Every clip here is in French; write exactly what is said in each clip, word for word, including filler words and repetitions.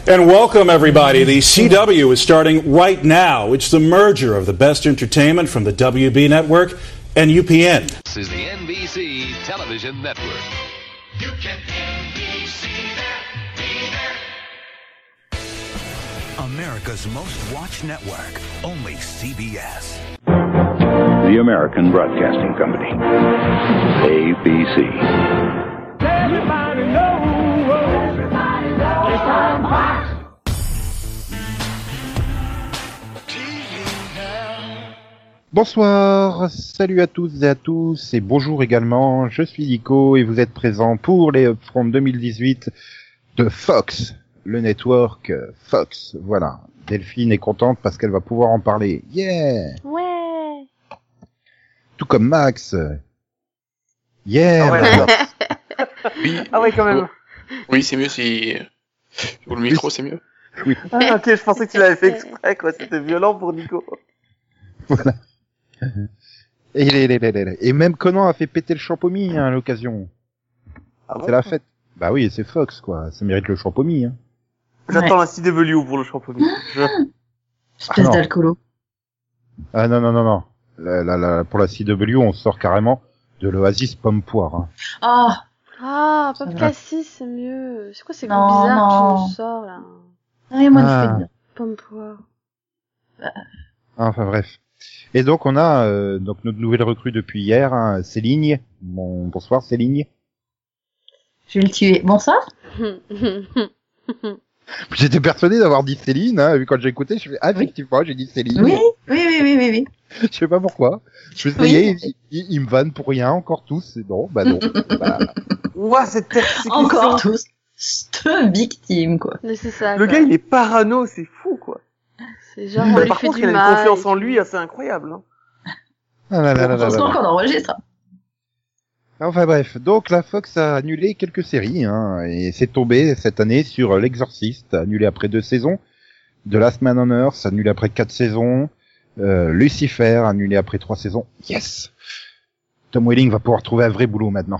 And welcome, everybody. The C W is starting right now. It's the merger of the best entertainment from the W B network and U P N. This is the N B C television network. You can N B C that, be there. America's most watched network, only C B S. The American Broadcasting Company, A B C. Everybody knows, everybody knows, it's on Fox. Bonsoir, salut à tous et à tous, et bonjour également, je suis Nico et vous êtes présents pour les Upfront deux mille dix-huit de Fox, le network Fox, voilà. Delphine est contente parce qu'elle va pouvoir en parler, yeah. Ouais. Tout comme Max, yeah. Ah ouais, alors. Oui. Ah ouais, quand même. Oui, c'est mieux si... Pour le micro, c'est mieux. Oui. Ah, ok, je pensais que tu l'avais fait exprès, quoi. C'était violent pour Nico. Voilà. Et, et, et, et, et même Conan a fait péter le champomis hein, à l'occasion. Ah bon C'est la fête. Bah oui, c'est Fox quoi, ça mérite le champomis. Hein. J'attends la C W pour le champomis. Je... Espèce Ah, d'alcoolo. Ah non non non non. La, la, la, pour la C W, on sort carrément de l'Oasis pomme poire. Hein. Ah, Ah, Pop vrai. Cassis, c'est mieux. C'est quoi ces goûts Non, bizarres que non. tu nous sors, là? rien moins Ah. de fait. Pomme poire. Enfin bref. Et donc on a euh, donc notre nouvelle recrue depuis hier, hein, Céline. Bon, bonsoir Céline. Je vais le tuer. Bonsoir. J'étais persuadé d'avoir dit Céline, hein, vu quand j'ai écouté, je fais ah, effectivement j'ai dit Céline. Oui, oui, oui, oui, oui, oui. Je sais pas pourquoi. Je me suis Oui. dit, il, il, il me vanne pour rien encore tous. Et non, bah non. Bah, Ouah, cette persécution. Encore tous. Cette victime, quoi. Mais c'est ça, Le quoi. gars, il est parano, c'est fou, quoi. C'est genre, on Mais lui par fait contre, du il a une mal. confiance en lui assez incroyable, hein. ah là là là là Heureusement là. qu'on enregistre. Enfin bref, donc la Fox a annulé quelques séries, hein, et c'est tombé cette année sur L'Exorciste, annulé après deux saisons, The Last Man on Earth, annulé après quatre saisons, euh, Lucifer, annulé après trois saisons. Yes! Tom Welling va pouvoir trouver un vrai boulot maintenant.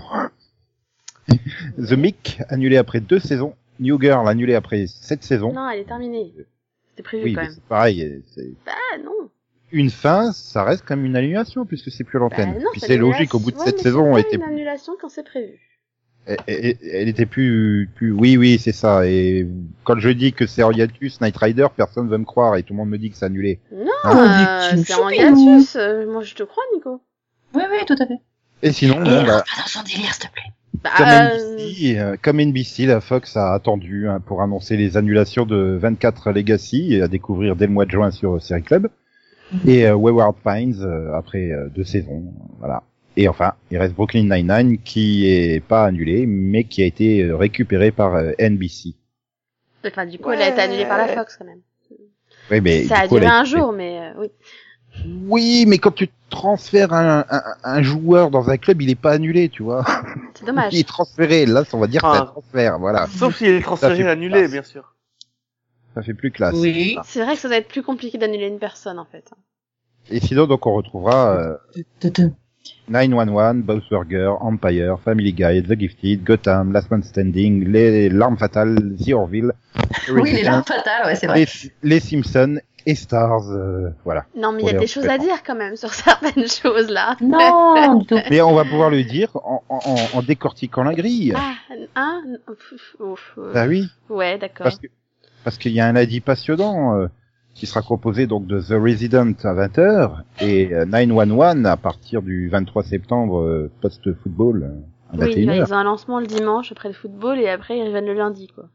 The Mick, annulé après deux saisons, New Girl, annulé après sept saisons. Non, elle est terminée. C'était prévu, oui, quand mais même. c'est pareil, c'est Bah, non. une fin, ça reste quand même une annulation puisque c'est plus Bah, l'antenne. non, Puis c'est c'est l'annulation. logique, au bout de Ouais, cette mais saison, c'est elle pas était une annulation quand c'est prévu. Elle, elle, elle était plus, plus, oui, oui, c'est ça. Et quand je dis que c'est en hiatus Knight Rider, personne veut me croire et tout le monde me dit que c'est annulé. Non, Ah, euh, victime, c'est en shopping. hiatus. Euh, moi, je te crois, Nico. Oui, oui, tout à fait. Et sinon, Et bon, bah, rentre pas dans son délire, s'il te plaît. Bah, comme euh, N B C, euh, comme N B C, la Fox a attendu hein, pour annoncer les annulations de vingt-quatre Legacy et à découvrir dès le mois de juin sur Série Club. Et euh, Wayward Pines euh, après euh, deux saisons, voilà. Et enfin, il reste Brooklyn Nine-Nine qui est pas annulé, mais qui a été euh, récupéré par euh, N B C. enfin, du coup, elle a été annulée par la Fox, quand même. Oui, mais Ça a du coup, elle duré a un été- jour, mais euh, oui. Oui, mais quand tu transfères un, un, un joueur dans un club, il est pas annulé, tu vois. C'est dommage. Il est transféré. Là, on va dire que c'est un Ah. transfert, voilà. Sauf s'il est Ça transféré fait et annulé, place. bien sûr. Ça fait plus classe. Oui. C'est vrai que ça doit être plus compliqué d'annuler une personne, en fait. Et sinon, donc, on retrouvera euh, Tutum. neuf un un, Bob's Burger, Empire, Family Guy, The Gifted, Gotham, Last Man Standing, Les Larmes Fatales, The Orville, Oui, les larmes fatales, ouais, c'est vrai. les, les Simpsons et Stars, euh, voilà. Non, mais il Pour y a les des choses à recrutements. dire, quand même, sur certaines choses, là. Non, du tout. Mais on va pouvoir le dire en, en, en décortiquant la grille. Ah, un, ouf, ouf, euh, Bah oui. ouais, d'accord. Parce que parce qu'il y a un A D passionnant euh, qui sera composé donc de The Resident à vingt heures et euh, neuf un un à partir du vingt-trois septembre euh, post-football euh, à Oui, vingt et une heures. ils ont un lancement le dimanche après le football et après ils reviennent le lundi, quoi.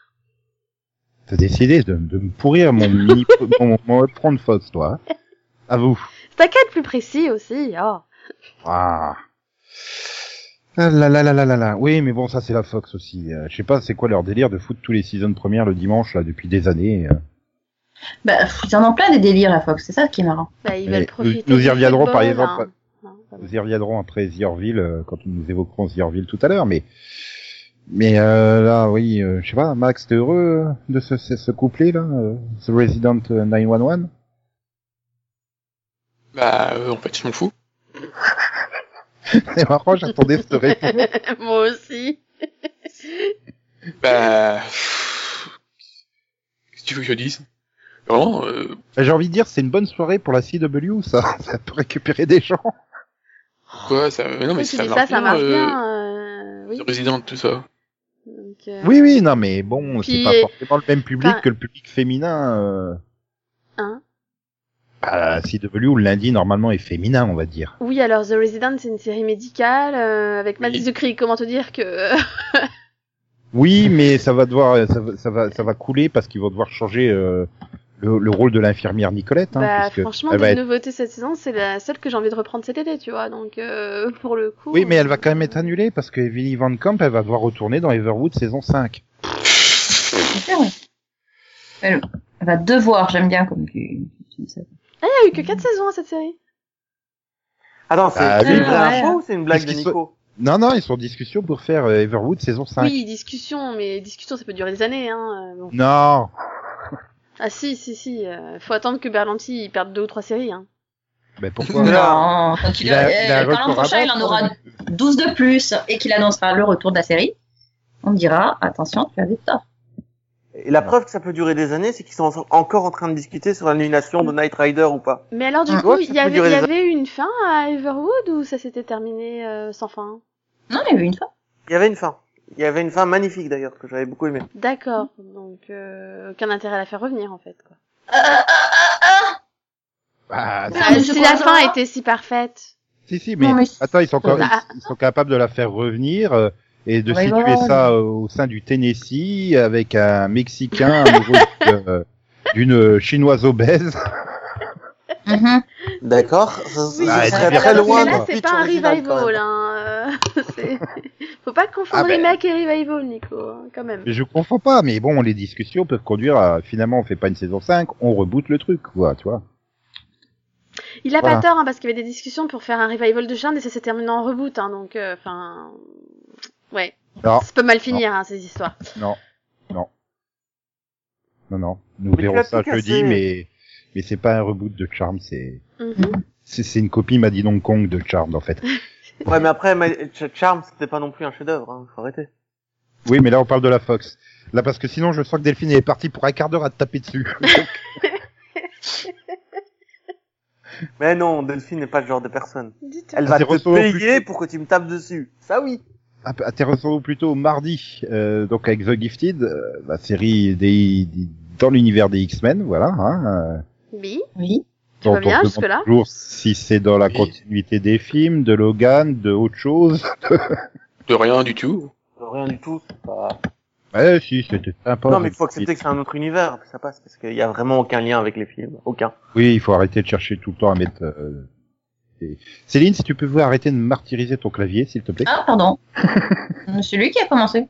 T'as décidé de, de me pourrir mon mini mon, mon upfront Fox, toi. Hein. À vous. C'est un cas plus précis aussi, oh. Ah. Ah là là là là là là. Oui, mais bon, ça c'est la Fox aussi. Euh, je sais pas, c'est quoi leur délire de foutre tous les seasons premières le dimanche là depuis des années. Euh. Bah, ils en ont plein des délires, la Fox, c'est ça qui est marrant. Bah, ils Mais veulent profiter nous- nous y du reviendrons, par football, exemple, hein. Non, pardon. Nous y reviendrons après The Orville euh, quand nous évoquerons The Orville tout à l'heure, mais mais euh, là, oui, euh, je sais pas, Max, t'es heureux euh, de ce, ce, ce couplet là, euh, The Resident euh, neuf un un? Bah, euh, en fait, je m'en fous. C'est marrant, j'attendais cette réponse. Moi aussi. Bah, tu veux que je dise? Vraiment, euh... J'ai envie de dire, c'est une bonne soirée pour la C W, ça. Ça peut récupérer des gens. Quoi, ça, non, mais Oui, tu ça dis marche ça, ça bien, marche euh... bien. Euh... Oui. Resident, tout ça. Donc, euh... Oui, oui, non, mais bon, Puis, c'est pas forcément le même public enfin... que le public féminin. Euh... Hein? Bah, la C W, le lundi, normalement, est féminin, on va dire. Oui, alors The Resident, c'est une série médicale, euh, avec Matt Oui. Zucri. Comment te dire que... Oui, mais ça va devoir, ça va, ça va, ça va couler parce qu'ils vont devoir changer euh, le, le rôle de l'infirmière Nicolette. Hein, bah, puisque franchement, elle des va être... nouveautés cette saison, c'est la seule que j'ai envie de reprendre cet été, tu vois. Donc, euh, pour le coup... Oui, mais elle va quand même être annulée parce que Emily Van Camp, elle va devoir retourner dans Everwood saison cinq. C'est vrai. Elle, elle va devoir, j'aime bien comme tu, tu dis ça. Ah, il y a eu que quatre saisons à cette série. Attends, c'est Ah, c'est oui. une vraie Ouais. info ou c'est une blague de Qu'est-ce qu'ils Nico? Non, non, ils sont en discussion pour faire euh, Everwood saison cinq. Oui, discussion, mais discussion, ça peut durer des années, hein. euh, bon. Non. Ah si, si, si. Euh, faut attendre que Berlanti il perde deux ou trois séries, hein. Mais pourquoi? Non, quand il, Il a- a, il a un quand l'an record à prochain, il en battre, aura douze de plus et qu'il annoncera le retour de la série, on dira, attention, tu as des torts. Et la preuve que ça peut durer des années, c'est qu'ils sont encore en train de discuter sur l'annulation de Knight Rider ou pas. Mais alors, du Ah. coup, Ouais, ça il y peut avait, durer il y des avait une fin à Everwood ou ça s'était terminé euh, sans fin? Non, il y a eu une fois. Il y avait une fin. Il y avait une fin magnifique d'ailleurs, que j'avais beaucoup aimé. D'accord. Donc, euh, aucun intérêt à la faire revenir, en fait, quoi. Euh, euh, euh, euh. Bah, Non, Ah, mais si c'est la quoi, fin ça était si parfaite. si, si, mais, Non, mais- attends, ils sont, quand- Ah. ils sont capables de la faire revenir euh, et de Ouais, situer ouais, ça euh, au sein du Tennessee avec un Mexicain amoureux euh, d'une chinoise obèse. Mhm. D'accord. Ça, Oui, Ah, ça elle serait devient très facile, loin mais là, du c'est pitch pas un original, quand revival, même. hein. euh, c'est- Faut pas confondre Ah, ben. remake et revival, Nico, hein, quand même. Mais je comprends pas, mais bon, les discussions peuvent conduire à, finalement, on fait pas une saison cinq, on reboot le truc, quoi, tu vois. Il a Voilà. pas tort, hein, parce qu'il y avait des discussions pour faire un revival de Charmed et ça s'est terminé en reboot, hein, donc, enfin, ouais. Non, Ça peut mal finir, hein, ces histoires. non, non. Non, non. Nous Mais tu verrons l'as ça tout jeudi, cassé. mais, mais c'est pas un reboot de Charmed, c'est, Mhm. c'est, c'est une copie Maddy Hong Kong de Charmed, en fait. Ouais, mais après, ma- Ch- Charm, c'était pas non plus un chef-d'œuvre, hein. Faut arrêter. Oui, mais là, on parle de la Fox. Là, parce que sinon, je sens que Delphine est partie pour un quart d'heure à te taper dessus. Mais non, Delphine n'est pas le genre de personne. Dites-moi. Elle va Ah, t'es te retourné au payer plus- pour que tu me tapes dessus. Ça oui. Intéressons-nous plutôt mardi, euh, donc avec The Gifted, euh, la série des, des- dans l'univers des X-Men, voilà, hein, euh, Oui. Oui. Tout va dont on bien se demande jusque-là toujours si c'est dans la Oui. continuité des films, de Logan, de autre chose. De rien du tout. Rien du tout. c'est Pas... Ouais, si, c'était sympa. non, mais il The faut accepter que Gifted. c'est un autre univers. Ça passe parce qu'il y a vraiment aucun lien avec les films. Aucun. Oui, il faut arrêter de chercher tout le temps à mettre... euh, et- Céline, si tu peux vous arrêter de martyriser ton clavier, s'il te plaît. Ah, pardon. C'est lui qui a commencé.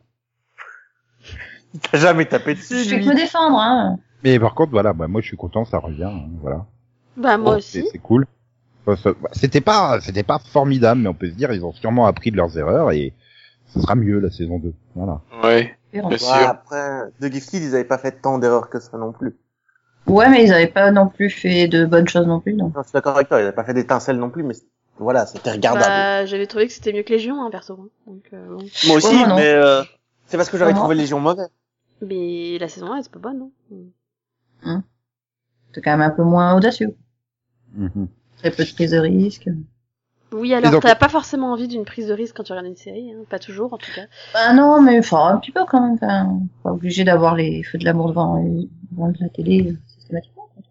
T'as jamais tapé dessus. Je fais que lui. me défendre, hein. Mais par contre, voilà, bah, moi je suis content, ça revient, hein, voilà. Bah, moi Bon, aussi. c'est- C'est cool. Enfin, ça- bah, C'était pas, c'était pas formidable, mais on peut se dire, ils ont sûrement appris de leurs erreurs et ce sera mieux la saison deux. Voilà. Ouais, Verrons. bien Ouais, sûr. après, The Gifted, ils avaient pas fait tant d'erreurs que ça non plus. Ouais, mais ils avaient pas non plus fait de bonnes choses non plus, non. Non, je suis d'accord avec toi. Ils avaient pas fait d'étincelles non plus, mais voilà, c'était regardable. Bah, j'avais trouvé que c'était mieux que Légion, hein, perso. hein. Donc, euh, bon. Moi aussi, Ouais, moi non. mais euh, c'est parce que j'avais Moi. trouvé Légion mauvais. Mais la saison un, elle, c'est pas bonne, non? Mm. C'est quand même un peu moins audacieux. Mhm. Très peu de prise de risque. Oui, alors, donc- t'as pas forcément envie d'une prise de risque quand tu regardes une série, hein. Pas toujours, en tout cas. Bah non, mais enfin, un petit peu quand même. Enfin, pas obligé d'avoir les feux de l'amour devant, devant la télé euh, systématiquement. quoi.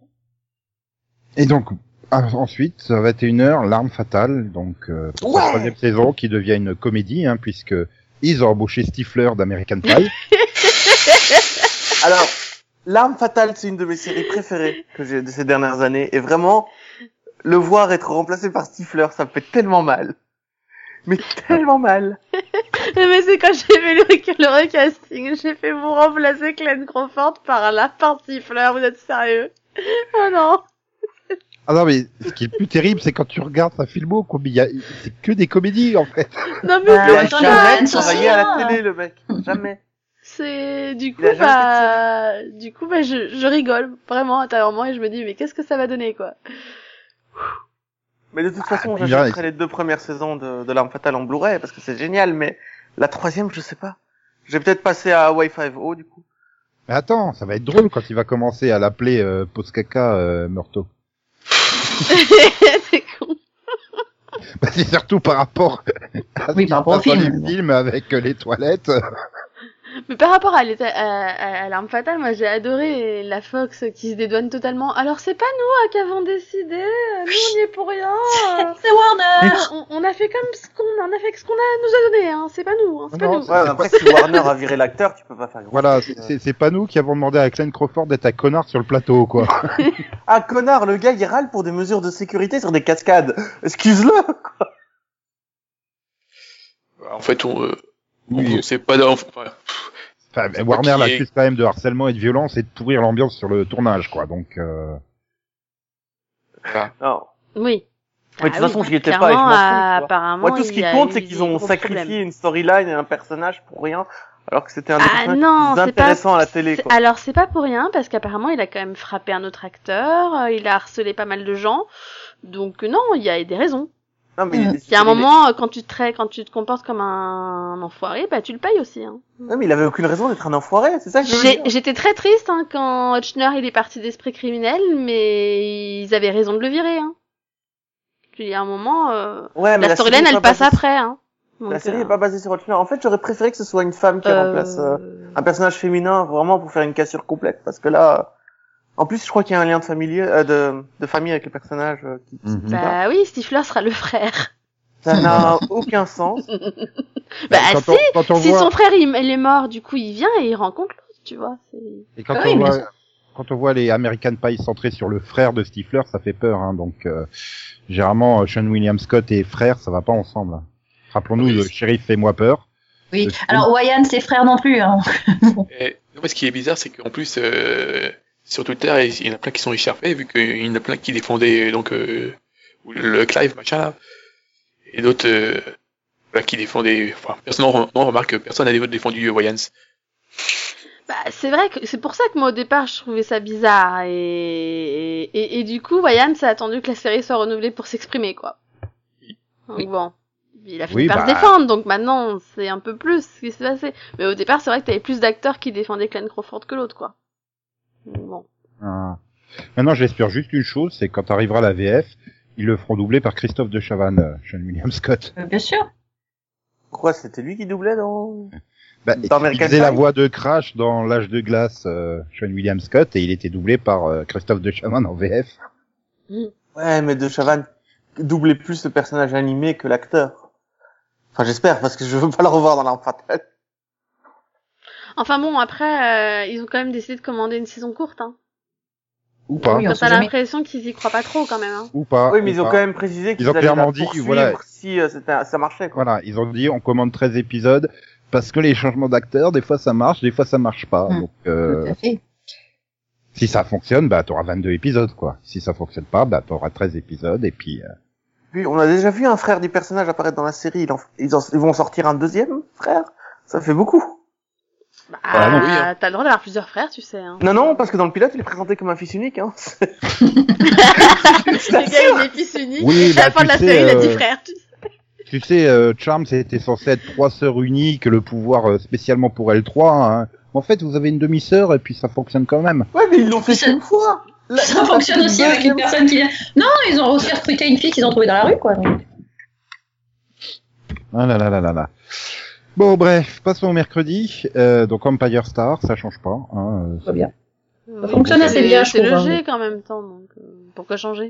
Et donc, ah, ensuite, à vingt et une heures, L'Arme Fatale, donc, euh, pour Ouais. la troisième saison, qui devient une comédie, hein, puisque ils ont embauché Stifler d'American Pie. Alors, L'Arme Fatale, c'est une de mes séries préférées que j'ai de ces dernières années. Et vraiment, le voir être remplacé par Stifler, ça me fait tellement mal. Mais tellement mal. Mais c'est quand j'ai vu le, le recasting, j'ai fait vous remplacer Glenn Crawford par la partie fleur, vous êtes sérieux? Oh non! Ah non, mais ce qui est le plus terrible, c'est quand tu regardes sa filmo, quoi, mais il y a, c'est que des comédies, en fait. Non mais Bah, Il c'est a attends, jamais Lorenz travaillé aussi, à la hein. télé, le mec. Jamais. C'est du coup Il a jamais bah du coup bah je je rigole vraiment intérieurement et je me dis mais qu'est-ce que ça va donner quoi. Mais de toute façon, puis j'achèterai là, les deux premières saisons de, de L'Arme Fatale en Blu-ray parce que c'est génial, mais la troisième, je sais pas. Je vais peut-être passer à Wi-Fi O, du coup. Mais attends, ça va être drôle quand il va commencer à l'appeler euh, Post-Caca euh, Murto. C'est con. Bah, c'est surtout par rapport à Oui, par rapport au ce qui se passe dans film. les films avec euh, les toilettes. Mais par rapport à, l'état- à, à, à l'arme fatale, moi j'ai adoré la Fox qui se dédouane totalement. Alors c'est pas nous hein, qui avons décidé, euh, nous on y est pour rien. euh, C'est Warner. on, on a fait comme ce qu'on on a fait ce qu'on a nous a donné, hein. C'est pas nous, hein, c'est pas Non, nous. c'est- Ouais, après, si Warner a viré l'acteur, tu peux pas faire grand Voilà, chose. c'est- c'est c'est pas nous qui avons demandé à Glenn Crawford d'être un connard sur le plateau, quoi. Ah, connard, le gars, il râle pour des mesures de sécurité sur des cascades. Excuse-le, quoi. En fait, on, euh, on, Oui. on sait pas. d'en- Enfin, Enfin, C'est Warner pas qui est- l'accuse quand même de harcèlement et de violence et de pourrir l'ambiance sur le tournage, quoi. Donc, euh... voilà. Non. Oui. Ouais, de toute Ah façon, oui, j'y étais pas et je m'en clairement, fous, tu vois. apparemment, Moi, tout ce il qui y a compte, eu c'est qu'ils des ont gros sacrifié problèmes. une storyline et un personnage pour rien, alors que c'était un des Ah personnages non, les plus c'est pas. intéressants à la télé, c'est- quoi. Alors c'est pas pour rien parce qu'apparemment il a quand même frappé un autre acteur, euh, il a harcelé pas mal de gens, donc euh, non, il y a des raisons. Non, mais il, Il y a un moment euh, quand tu te tra- quand tu te comportes comme un enfoiré, bah tu le payes aussi. Hein. Non, mais il avait aucune raison d'être un enfoiré, c'est ça que je veux J'ai- dire. J'étais très triste hein, quand Hutchner il est parti d'Esprit criminel, mais ils avaient raison de le virer. Hein. Il y a un moment, euh... Ouais, mais la storyline série est elle pas passe basée- après. Hein. La Donc, série euh, est pas basée sur Hutchner. En fait, j'aurais préféré que ce soit une femme qui euh, remplace euh, un personnage féminin, vraiment pour faire une cassure complète, parce que là, en plus, je crois qu'il y a un lien de famille, euh, de, de famille avec le personnage euh, qui, qui Mhm. se bat. Bah oui, Stifler sera le frère. Ça n'a aucun sens. Bah quand si, on, quand on si voit, son frère il, il est mort, du coup il vient et il rencontre l'autre, tu vois. C'est... et quand Ah on oui, mais voit, ça- quand on voit les American Pie centrés sur le frère de Stifler, ça fait peur, hein. Donc, euh, généralement, euh, Sean William Scott et frère, ça va pas ensemble. Rappelons-nous, Oui. le shérif Fais-moi peur. Oui. Le- Alors Wyan, ses frères non plus. Hein. Et, non, mais ce qui est bizarre, c'est qu'en plus, euh, sur Twitter, il y en a plein qui sont échappés, vu qu'il y en a plein qui défendaient donc euh, le Clive, machin là, et d'autres euh, voilà, qui défendaient. Enfin, personne, on, on remarque que personne n'a défendu Wayans. Bah c'est vrai que c'est pour ça que moi au départ je trouvais ça bizarre et et, et, et du coup Wyan s'est attendu que la série soit renouvelée pour s'exprimer quoi. Donc Oui. bon, il a fini Oui, par bah. se défendre donc maintenant c'est un peu plus ce qui s'est passé. Mais au départ c'est vrai que t'avais plus d'acteurs qui défendaient Glenn Crawford que l'autre quoi. Donc, bon. Ah. Maintenant, j'espère juste une chose, c'est que quand arrivera la V F, ils le feront doubler par Christophe de Chavannes, euh, Sean William Scott. Euh, Bien sûr. Pourquoi c'était lui qui doublait dans Bah, Dans il American faisait la Pie. voix de Crash dans L'âge de glace, euh, Sean William Scott, et il était doublé par euh, Christophe de Chavannes en V F. Ouais, mais De Chavannes doublait plus le personnage animé que l'acteur. Enfin, j'espère, parce que je veux pas le revoir dans l'arme fatale. Enfin bon après euh, ils ont quand même décidé de commander une saison courte hein. Ou pas. Oui, on T'as sait pas jamais. l'impression qu'ils y croient pas trop quand même hein. Ou pas. Oui, mais ou ils ont pas. quand même précisé qu'ils Ils ont allaient clairement la dit, poursuivre voilà. si euh, c'était, ça marchait, quoi. Voilà, ils ont dit on commande treize épisodes, parce que les changements d'acteurs, des fois ça marche, des fois ça marche pas. Hmm. Donc, Tout euh, à fait. si ça fonctionne, bah t'auras vingt-deux épisodes, quoi. Si ça fonctionne pas, bah t'auras treize épisodes, et puis... Euh... Puis, on a déjà vu un frère du personnage apparaître dans la série. Ils, en- ils, en- ils vont sortir un deuxième frère. Ça fait beaucoup. Bah, Ah, non, oui, hein. t'as le droit d'avoir plusieurs frères tu sais hein. Non, non, parce que dans le pilote, il est présenté comme un fils unique, hein. Le gars il est fils unique. Oui, à la bah, fin de la tu sais, série il a euh, dix frères. Tu sais. Tu sais, euh, Charm, c'était censé être trois sœurs uniques, le pouvoir euh, spécialement pour elles trois. Hein. En fait, vous avez une demi-sœur, et puis ça fonctionne quand même. Ouais, mais ils l'ont fait Ça- qu'une fois. Là, Ça fonctionne aussi avec une personne qui vient. Non, ils ont aussi recruté une fille qu'ils ont trouvée dans la rue, quoi. Donc. Ah là là là là là. Bon, bref, passons au mercredi. Euh, donc Empire Star, ça change pas. Hein, euh, Tout va bien. Oui, fonctionne c'est- assez bien, je C'est trouve, hein. logique en même temps donc euh, pourquoi changer.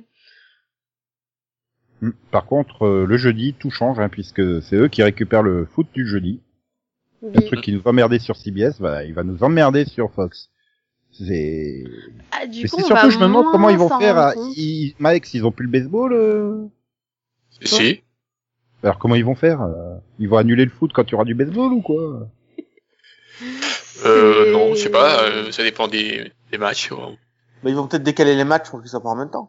Hmm. Par contre, euh, le jeudi, tout change, hein, puisque c'est eux qui récupèrent le foot du jeudi. Un truc qui nous emmerdait sur C B S, bah, il va nous emmerder sur Fox. C'est... Ah, du Mais coup, c'est on surtout, va je me demande moins comment ils vont s'en faire. rendre À... compte. Ils... Max, ils ont plus le baseball. Euh... Si. Alors comment ils vont faire euh, Ils vont annuler le foot quand il y aura du baseball ou quoi? Euh, C'est- non, je sais pas, euh, ça dépend des, des matchs. euh. Bah, ils vont peut-être décaler les matchs pour qu'ils soient pas en même temps.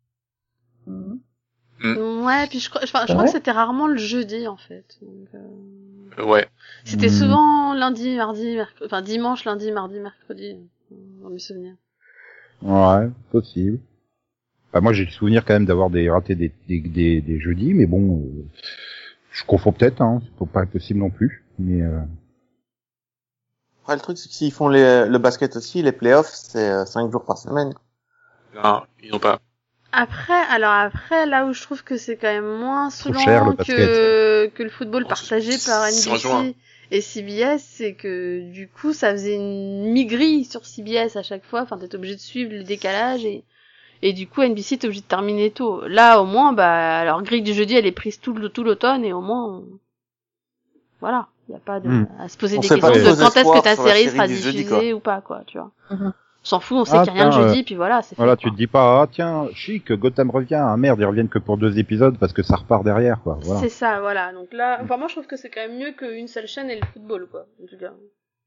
Ouais, puis je crois, enfin, je Ouais. crois que c'était rarement le jeudi en fait. Donc, euh, Euh, ouais. C'était Hmm. souvent lundi, mardi, mercredi, enfin dimanche, lundi, mardi, mercredi, euh, dans mes souvenirs. Ouais, possible. Bah, moi, j'ai le souvenir quand même d'avoir des raté des, des, des, des jeudis, mais bon, euh, je confonds peut-être, hein, c'est pas impossible non plus. Mais euh... Après, le truc, c'est que s'ils font les, le basket aussi, les playoffs, c'est euh, cinq jours par semaine. Non, ils n'ont pas. Après, alors après, là où je trouve que c'est quand même moins Trop cher, le saoulant basket. que, que le football Oh, partagé c'est- par c'est N B rejoint. C et C B S, c'est que du coup, ça faisait une mi-grille sur C B S à chaque fois. Enfin, t'es obligé de suivre le décalage et, et du coup, N B C, t'es obligé de terminer tôt. Là, au moins, bah, leur grille du jeudi, elle est prise tout, le- tout l'automne et au moins, on- voilà. Y a pas de, Hmm. à se poser On des sait pas questions de trop quand est-ce que espoir ta sur la série série sera du diffusée jeudi, quoi. ou pas, quoi, tu vois. Mhm. On s'en fout, on sait Ah, qu'il y a rien le tiens, jeudi, puis voilà, c'est fait. Voilà, quoi. tu te dis pas, ah tiens, chic, Gotham revient, ah merde, ils reviennent que pour deux épisodes parce que ça repart derrière, quoi. Voilà. C'est ça, voilà. Donc là, enfin, moi, je trouve que c'est quand même mieux qu'une seule chaîne et le football, quoi. En tout cas.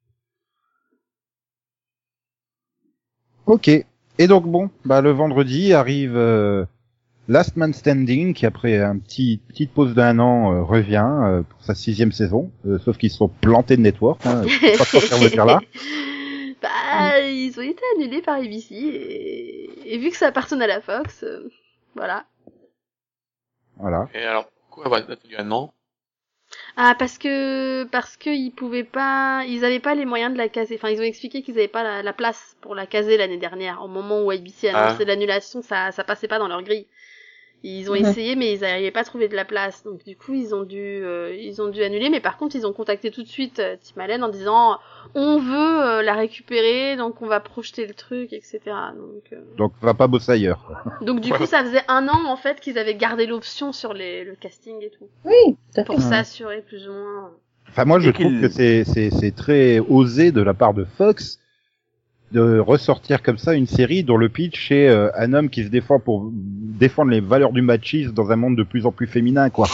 Ok. Et donc bon, bah le vendredi arrive euh, Last Man Standing qui après un petit petite pause d'un an euh, revient euh, pour sa sixième saison, euh, sauf qu'ils se sont plantés de network. Hein, je sais pas quoi faire de dire là. Bah, ils ont été annulés par A B C et, et vu que ça appartenait à la Fox, euh, voilà. Voilà. Et alors, pourquoi avoir attendu un an? Ah, parce que parce que ils pouvaient pas, ils avaient pas les moyens de la caser. Enfin, ils ont expliqué qu'ils avaient pas la, la place pour la caser l'année dernière. Au moment où A B C a annoncé Ah. l'annulation, ça ça passait pas dans leur grille. Ils ont Mhm. essayé, mais ils n'arrivaient pas à trouver de la place. Donc du coup, ils ont dû, euh, ils ont dû annuler. Mais par contre, ils ont contacté tout de suite euh, Tim Allen en disant, on veut euh, la récupérer, donc on va projeter le truc, et cetera. Donc, euh, Donc va pas bosser ailleurs. Quoi. donc du coup, ça faisait un an en fait qu'ils avaient gardé l'option sur les, le casting et tout, Oui, tout à fait. pour s'assurer plus ou moins. Enfin moi je Et trouve qu'il- que c'est c'est c'est très osé de la part de Fox de ressortir comme ça une série dont le pitch est euh, un homme qui se défend pour défendre les valeurs du machisme dans un monde de plus en plus féminin, quoi.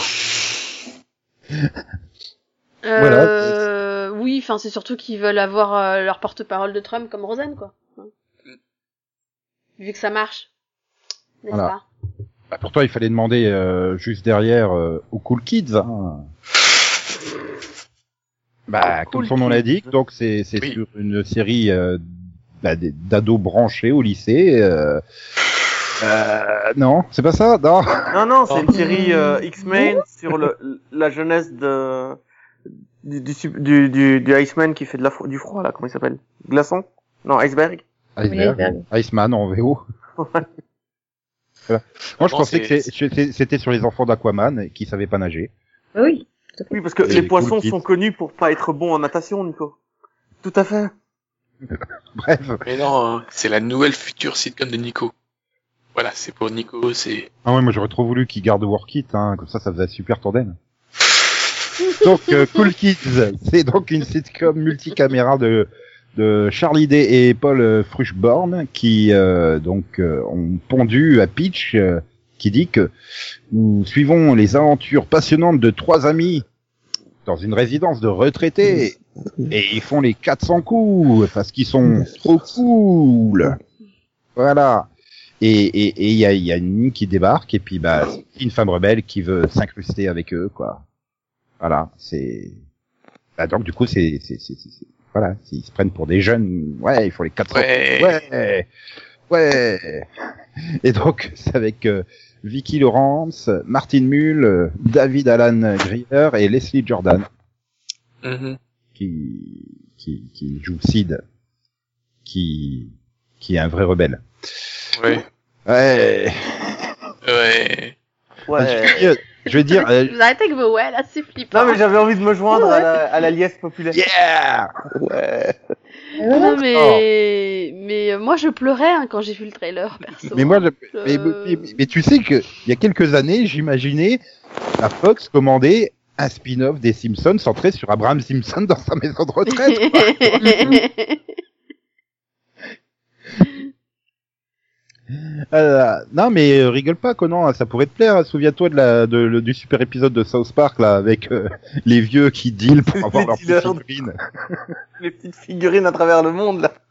Euh, oui, enfin c'est surtout qu'ils veulent avoir euh, leur porte-parole de Trump comme Roseanne, quoi. Hein. Vu que ça marche, n'est-ce Voilà. pas? Bah, pourtant, il fallait demander euh, juste derrière euh, aux Cool Kids. Hein. Bah, Cool comme son nom Kids. l'indique, donc c'est c'est Oui. sur une série euh, bah, des- d'ados branchés au lycée. Euh, euh, non, c'est pas ça. Non. Non, non, c'est une série euh, X-Men sur le, la jeunesse de du du, sup- du, du, du Iceman qui fait de la fro- du froid là, comment il s'appelle? Glaçon? Non, Iceberg. Iceberg, Iceberg. Iceman en V O. Voilà. Moi, je Non, pensais c'est- que c'est- c'était c'était sur les enfants d'Aquaman qui savaient pas nager. Oui. Oui, parce que Et les les poissons Cool Kids. sont connus pour pas être bons en natation, Nico. Tout à fait. Bref. Mais non, hein, c'est la nouvelle future sitcom de Nico. Voilà, c'est pour Nico, c'est... Ah ouais, moi j'aurais trop voulu qu'ils gardent Work It, hein, comme ça, ça faisait un super tandem. Donc, euh, Cool Kids, c'est donc une sitcom multicaméra de de Charlie Day et Paul euh, Fruchborn qui euh, donc euh, ont pondu à pitch euh, qui dit que nous suivons les aventures passionnantes de trois amis dans une résidence de retraités et ils font les quatre cents coups parce qu'ils sont trop cool. Voilà. Et et et il y a il y a une ligne qui débarque et puis bah c'est une femme rebelle qui veut s'incruster avec eux, quoi. Voilà, c'est bah donc du coup c'est c'est c'est c'est voilà, ils se prennent pour des jeunes. Ouais, il faut les quatre cents. Ouais. Ouais. Ouais. Et donc c'est avec euh, Vicky Lawrence, Martin Mull, euh, David Alan Grier et Leslie Jordan Mhm. qui qui qui joue Sid, qui qui est un vrai rebelle. Ouais. Ouais. Ouais. Ouais. Je veux dire, je veux dire euh, Vous arrêtez avec vos ouais, là, c'est flippant. Non, mais j'avais envie de me joindre à la, à la liesse populaire. yeah. Ouais. Non, mais, mais euh, moi, je pleurais hein, quand j'ai vu le trailer, perso. Mais moi, je- Euh, mais, mais, mais- mais tu sais que il y a quelques années, j'imaginais la Fox commander un spin-off des Simpsons centré sur Abraham Simpson dans sa maison de retraite. quoi. Euh, non, mais euh, rigole pas, Conan, ça pourrait te plaire. Souviens-toi de la de, le- du super épisode de South Park là, avec euh, les vieux qui dealent pour avoir Les leur dealers. petite figurine. Les petites figurines à travers le monde, là.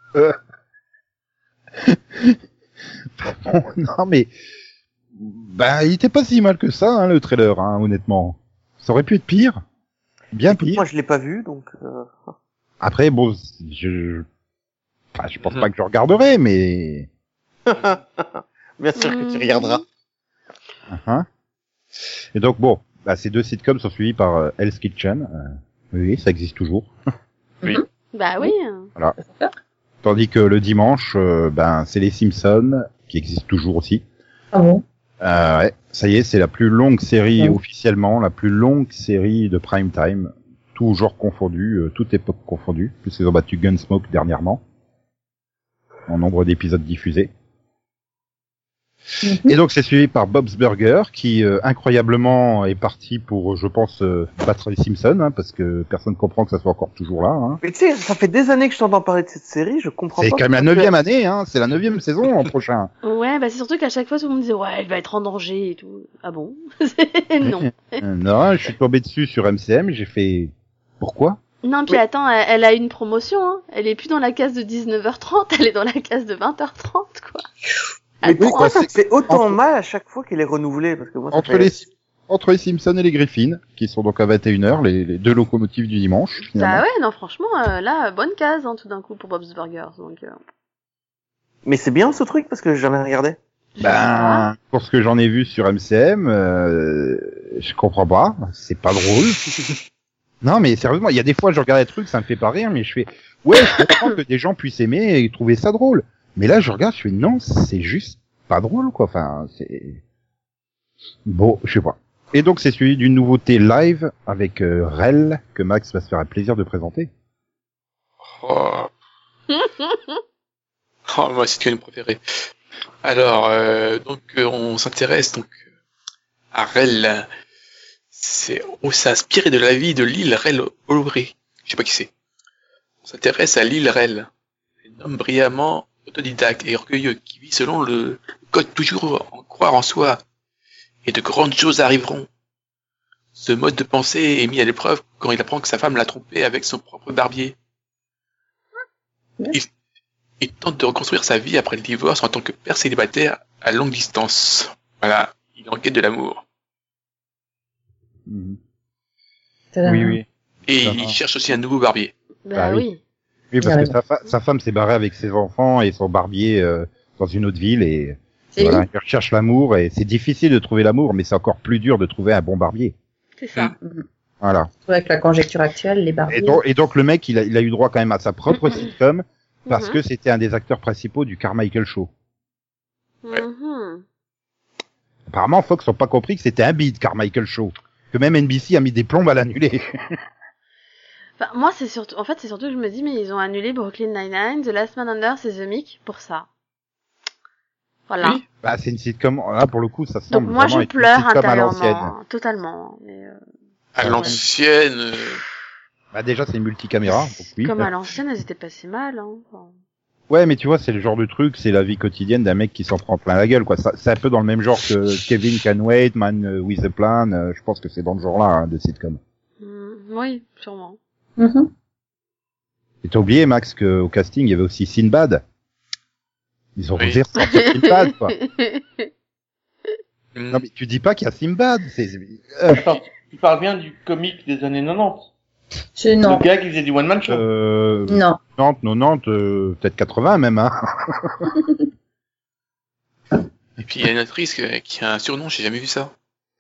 Bon, non, mais bah, il était pas si mal que ça, hein, le trailer, hein, honnêtement. Ça aurait pu être pire, bien pire. Moi, je l'ai pas vu, donc, euh... Après, bon, je, enfin, je pense Mhm. pas que je regarderai, mais. bien sûr que tu regarderas. Hein. Et donc bon, bah, ces deux sitcoms sont suivis par euh, Hell's Kitchen. Euh, oui, ça existe toujours. Oui. Bah oui. Voilà. Tandis que le dimanche, euh, ben c'est les Simpsons qui existent toujours aussi. Ah bon? Euh, ouais, ça y est, c'est la plus longue série Ouais. officiellement, la plus longue série de prime time, tout genre confondu, euh, toute époque confondue. Plus ils ont battu Gunsmoke dernièrement en nombre d'épisodes diffusés. Mhm. Et donc c'est suivi par Bob's Burger qui euh, incroyablement est parti pour, je pense, euh, battre les Simpsons, hein, parce que personne comprend que ça soit encore toujours là. Hein. Mais tu sais, ça fait des années que je t'entends parler de cette série, je comprends C'est pas. quand même la pourquoi tu neuvième as- année, hein, c'est la neuvième saison l'an prochain. Ouais, bah c'est surtout qu'à chaque fois tout le monde disait ouais, elle va être en danger et tout. Ah bon? Non. Euh, non, je suis tombé dessus sur M C M, j'ai fait pourquoi? Non, puis Mais- attends, elle, elle a une promotion, hein. Elle est plus dans la case de dix-neuf heures trente, elle est dans la case de vingt heures trente, quoi. Mais Attends, pourquoi ça c'est- te fait autant entre- mal à chaque fois qu'elle est renouvelée? Parce que moi, ça Entre fait- les entre les Simpsons et les Griffins, qui sont donc à vingt et une heures, les, les deux locomotives du dimanche, finalement. Bah ouais, non, franchement, euh, là, bonne case, hein, tout d'un coup, pour Bob's Burgers, donc, euh... Mais c'est bien ce truc parce que j'ai jamais regardé. Ben, pour ce que j'en ai vu sur M C M, euh, je comprends pas, c'est pas drôle. Non, mais sérieusement, il y a des fois, je regarde des trucs, ça me fait pas rire, mais je fais, ouais, je comprends que des gens puissent aimer et trouver ça drôle. Mais là, je regarde, je fais, non, c'est juste pas drôle, quoi. Enfin, c'est... Bon, je sais pas. Et donc, c'est suivi d'une nouveauté live avec euh, Rel, que Max va se faire un plaisir de présenter. Oh, oh moi, c'est une préférée. Alors, euh, donc, euh, on s'intéresse donc à Rel. C'est, on s'est inspiré de la vie de Lil Rel Holloway. Je sais pas qui c'est. On s'intéresse à Lil Rel, un homme brillamment autodidacte et orgueilleux qui vit selon le code toujours en croire en soi. Et de grandes choses arriveront. Ce mode de pensée est mis à l'épreuve quand il apprend que sa femme l'a trompé avec son propre barbier. Il, il tente de reconstruire sa vie après le divorce en tant que père célibataire à longue distance. Voilà, il est en quête de l'amour. Mhm. Tadam. Oui, oui. Et Ça il va. cherche aussi un nouveau barbier. Bah, Bah oui. oui. Oui, parce Il a que sa, fa- sa femme s'est barrée avec ses enfants et son barbier euh, dans une autre ville et C'est voilà, lui. il recherche l'amour et c'est difficile de trouver l'amour, mais c'est encore plus dur de trouver un bon barbier. C'est ça. Voilà. Avec la conjecture actuelle, les barbiers. Et donc, et donc le mec, il a, il a eu droit quand même à sa propre Mhm. sitcom parce Mhm. que c'était un des acteurs principaux du Carmichael Show. Mhm. Apparemment, Fox n'ont pas compris que c'était un bide, Carmichael Show. Que même N B C a mis des plombes à l'annuler. Enfin, moi, c'est surtout, en fait, c'est surtout que je me dis, mais ils ont annulé Brooklyn Nine-Nine, The Last Man Under, c'est The Mick pour ça. Voilà. Oui. Bah, c'est une sitcom, là, pour le coup, ça Donc semble moi, vraiment je être une pleure sitcom à l'ancienne. intérieurement, totalement. Mais, euh, À Ouais. l'ancienne, euh, Bah, déjà, c'est une multicaméra, donc oui. comme à l'ancienne, elles étaient pas si mal. Hein. Enfin, Ouais, mais tu vois, c'est le genre de truc, c'est la vie quotidienne d'un mec qui s'en prend plein la gueule, quoi. Ça, c'est un peu dans le même genre que Kevin Can Wait, Man with a Plan, euh, je pense que c'est dans le genre-là, hein, de sitcom. hmm, oui, sûrement. Mhm. Et t'as oublié, Max, qu'au casting, il y avait aussi Sinbad. Ils ont Oui. osé ressortir Sinbad, quoi. hmm, Non, mais tu dis pas qu'il y a Sinbad, c'est... Euh, Attends, tu parles bien du comique des années quatre-vingt-dix. Je, non. Le gars qui faisait du one man show. euh, Non. quatre-vingt-dix, quatre-vingt-dix, euh, peut-être quatre-vingts même, hein. Et puis il y a une actrice qui qui a un surnom, j'ai jamais vu ça.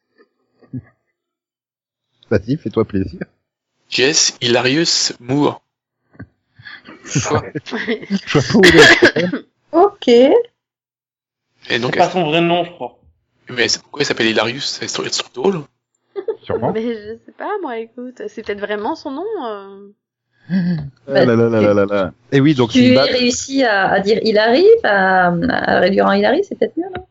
Vas-y, fais-toi plaisir. Jess Hilarious Moore. Quoi? Je vois pas où est-ce. Ok. Et donc, C'est pas son vrai nom, je crois. mais c'est- pourquoi elle s'appelle Hilarious? C'est sur le drôle. Sûrement. Mais je sais pas, moi, écoute, c'est peut-être vraiment son nom. Euh... Ah là là là là là là. Et oui, donc Tu Sinbad. réussis à, à dire Hilary, à, à réduire en Hilary, c'est peut-être mieux, non?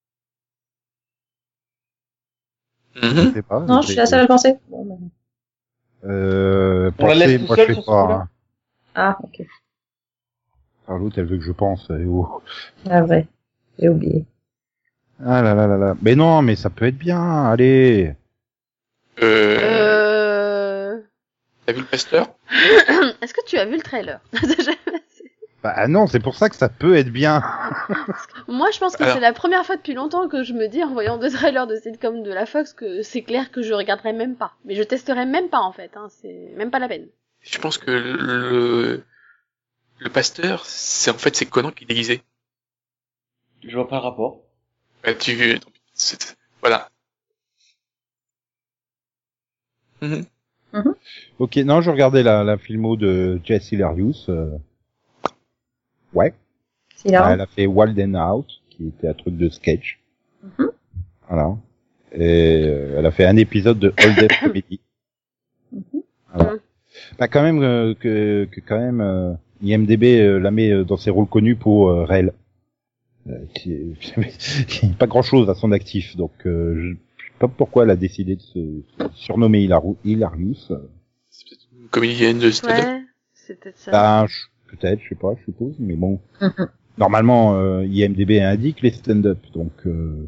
Mhm. Je sais pas. Non, je suis la seule à le penser. Bon, ben. Euh, On la penser, laisse tout moi seul je sais sur ce pas. coup-là hein. Ah, ok. Ah, l'autre, elle veut que je pense. eh oh. Ah, vrai. J'ai oublié. Ah là là là là. Mais non, mais ça peut être bien. Allez. Euh, Euh... t'as vu le pasteur? Est-ce que tu as vu le trailer? Bah non, c'est pour ça que ça peut être bien. Moi, je pense que Alors. c'est la première fois depuis longtemps que je me dis, en voyant deux trailers de sitcom de la Fox, que c'est clair que je regarderai même pas. Mais je testerai même pas, en fait. Hein. C'est même pas la peine. Je pense que le, le pasteur, c'est en fait, c'est Conan qui est déguisé. Je vois pas le rapport. Bah, tu, c'est- voilà. Mhm. Mhm. Ok, non, je regardais la, la filmo de Jess Hilarious. Euh... Ouais. C'est là. Ah, elle a fait Wild and Out, qui était un truc de sketch. Mhm. Voilà. Et euh, elle a fait un épisode de All Day Comedy. Mhm. Voilà. Bah quand même euh, que, que quand même euh, I M D B euh, la met euh, dans ses rôles connus pour euh, Rel. Euh, qui, qui n'a pas grand chose à son actif, donc euh, je sais pas pourquoi elle a décidé de se, se surnommer Hilar- Hilarious. C'est peut-être une comédienne de stand-up. Ouais, c'est peut-être ça. Bah, je- peut-être, je sais pas, je suppose, mais bon. Mhm. Normalement, euh, I M D B indique les stand-up, donc euh...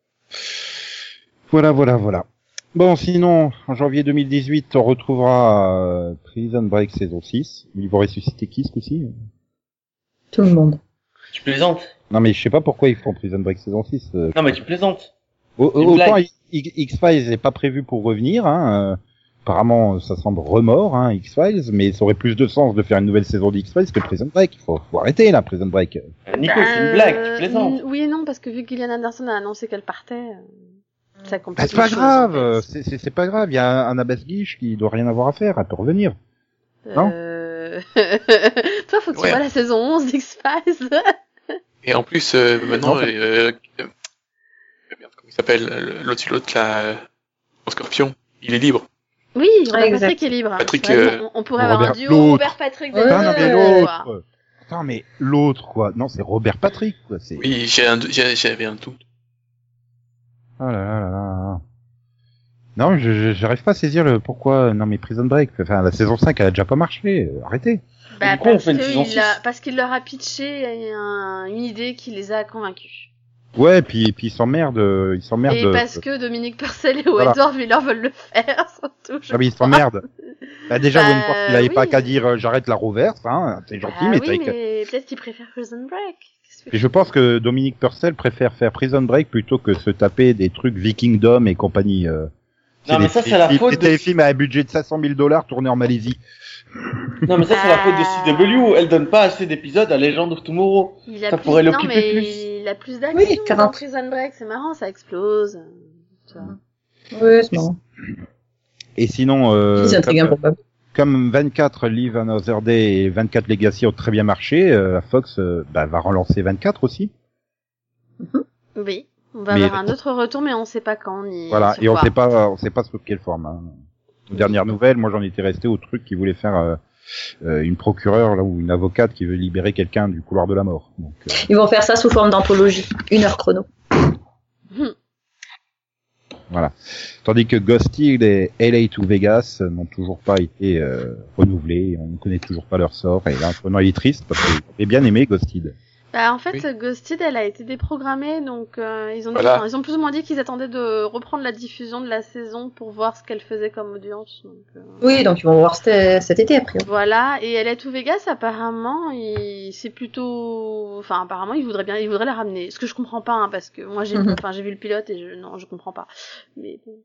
voilà, voilà, voilà. Bon, sinon, en janvier deux mille dix-huit, on retrouvera euh, Prison Break saison six. Ils vont ressusciter qui ce coup-ci? Tout le monde. Tu plaisantes? Non, mais je sais pas pourquoi ils font Prison Break saison six. euh. Non, mais tu plaisantes. Au- c'est une Autant blague. I- I- X-Files n'est pas prévu pour revenir, hein. euh, Apparemment, ça semble remords, hein, X-Files, mais ça aurait plus de sens de faire une nouvelle saison d'X-Files que Prison Break. Il faut, faut arrêter, là, Prison Break. Euh, Nico, Bah, c'est une blague, euh, tu plaisantes. n- Oui et non, parce que vu que Gillian Anderson a annoncé qu'elle partait, euh, ça Bah, complique c'est pas les choses, grave, en fait. c'est, c'est, c'est pas grave. Il y a un Abbas Guiche qui doit rien avoir à faire, elle peut revenir. non Euh... Toi, faut que tu Ouais. vois la saison onze d'X-Files. Et en plus, euh, maintenant, Non, pas- euh, euh, merde, comment il s'appelle, euh, l'autre, l'autre, là, euh, au Scorpion, il est libre. Oui, Robert exact. Patrick est libre. Patrick, Ouais, euh, on, on pourrait avoir un Robert- duo l'autre. Robert Patrick. Ouais, Attends, non, mais Daniel, l'autre. quoi. Attends, mais l'autre, quoi. Non, c'est Robert Patrick, quoi. C'est... Oui, j'ai un, j'ai- j'avais un doute. Oh là là là là. Non, je, je- j'arrive pas à saisir le pourquoi. Non, mais Prison Break. Enfin, la saison cinq, elle a déjà pas marché. Euh, Arrêtez. Bah, Du coup, on parce, fait une que saison il six. a, parce qu'il leur a pitché un- une idée qui les a convaincus. Ouais, puis, puis ils s'emmerdent, euh, ils s'emmerdent. Et parce que Dominique Purcell et Voilà. Wentworth Miller veulent le faire, surtout. je Ah oui, ils crois. s'emmerdent. Bah, déjà, Bah, Wentworth, il avait oui. pas qu'à dire, euh, j'arrête la reverse, hein. C'est gentil, Bah mais oui, t'avais qu'à- mais peut-être qu'ils préfèrent Prison Break. Qu'est-ce que- Et je pense que Dominique Purcell préfère faire Prison Break plutôt que se taper des trucs Vikingdom et compagnie. Euh, Non, mais des ça, c'est la téléfilms- faute des de- téléfilms à un budget de cinq cent mille dollars tournés en Malaisie. Non, mais ça, c'est la faute de Ah. C W. Elle donne pas assez d'épisodes à Legend of Tomorrow. Il a Ça plus... pourrait non, l'occuper mais plus. il a plus d'action Oui, dans quarante. Prison Break, c'est marrant, ça explose. Tu vois. Oui, c'est marrant. Et sinon, euh, C'est intriguant comme, pour Bob. comme vingt-quatre Live Another Day et vingt-quatre Legacy ont très bien marché, euh, la Fox euh, bah, va relancer vingt-quatre aussi. Oui, on va Mais- avoir un autre retour, mais on sait pas quand ni Voilà, sur et on quoi. sait pas, on sait pas sous quelle forme. Hein. Aux dernières nouvelles, moi j'en étais resté au truc qui voulait faire euh, euh, une procureure là ou une avocate qui veut libérer quelqu'un du couloir de la mort. Donc, euh, Ils vont faire ça sous forme d'anthologie. Une heure chrono. voilà. Tandis que Ghosted et L A to Vegas n'ont toujours pas été euh, renouvelés, on ne connaît toujours pas leur sort. Et là, vraiment, il est triste parce que j'ai bien aimé Ghosted. Bah, en fait, Oui. Ghosted, elle a été déprogrammée, donc euh, ils ont dit, Voilà. enfin, ils ont plus ou moins dit qu'ils attendaient de reprendre la diffusion de la saison pour voir ce qu'elle faisait comme audience. Donc, euh, Oui, donc ils vont voir cet, cet été après. Voilà, et elle est tout Vegas, apparemment, il... c'est plutôt, enfin, apparemment, ils voudraient bien, ils voudraient la ramener. Ce que je comprends pas, hein, parce que moi, j'ai, Mhm. enfin, j'ai vu le pilote et je, non, je comprends pas. Mais bon,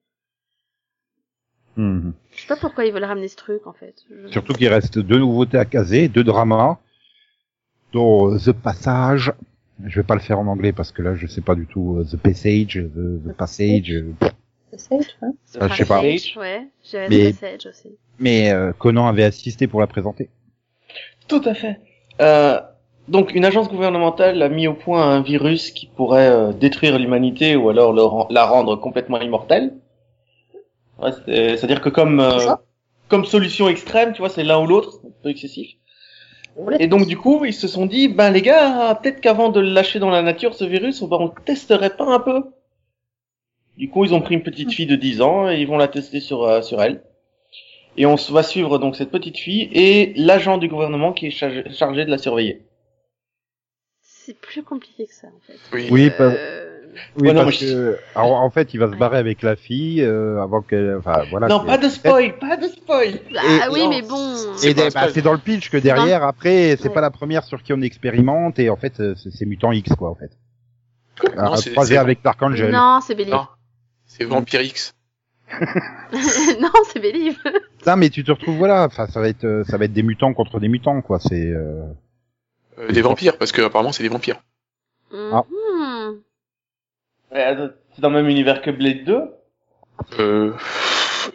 Mhm. je sais pas pourquoi ils veulent ramener ce truc, en fait. Je- Surtout qu'il reste deux nouveautés à caser, deux dramas, dont euh, The Passage. Je vais pas le faire en anglais parce que là, je sais pas du tout. euh, The Passage, The, The Passage. euh, C'est Sage, hein. The Ah, je sais pas. Passage, ouais, j'ai Mais- The Passage aussi. Mais euh, Conan avait assisté pour la présenter. Tout à fait. Euh, donc, une agence gouvernementale a mis au point un virus qui pourrait euh, détruire l'humanité ou alors le ren- la rendre complètement immortelle. Ouais, c'est- c'est-à-dire que comme euh, C'est ça. comme solution extrême, tu vois, c'est l'un ou l'autre, c'est un peu excessif. Et donc du coup, ils se sont dit, ben les gars, peut-être qu'avant de le lâcher dans la nature, ce virus, ben, on le testerait pas un peu. Du coup, ils ont pris une petite fille de dix ans et ils vont la tester sur euh, sur elle. Et on se- va suivre donc cette petite fille et l'agent du gouvernement qui est chargé, chargé de la surveiller. C'est plus compliqué que ça, en fait. Oui. Oui, pas- Euh, Oui, Ouais, non, parce mais je- que alors, en fait, il va se barrer avec la fille euh, avant qu'elle. Enfin, voilà. non, que- pas de spoil, pas de spoil. Bah Et- oui, non, mais bon. Et C'est des- pas- bah, c'est dans le pitch que derrière, après, c'est Ouais. pas la première sur qui on expérimente et en fait, euh, c'est, c'est Mutant X quoi, en fait. Non, À c'est- croiser c'est- avec Darkangel. Non, c'est Believe. Non. C'est Vampire X. non, c'est Believe. Non, mais tu te retrouves voilà, enfin, ça va être, euh, ça va être des mutants contre des mutants quoi. C'est. Euh... Euh, des vampires, parce que apparemment c'est des vampires. Ah. Mhm. Ouais, attends, c'est dans le même univers que Blade deux. Euh...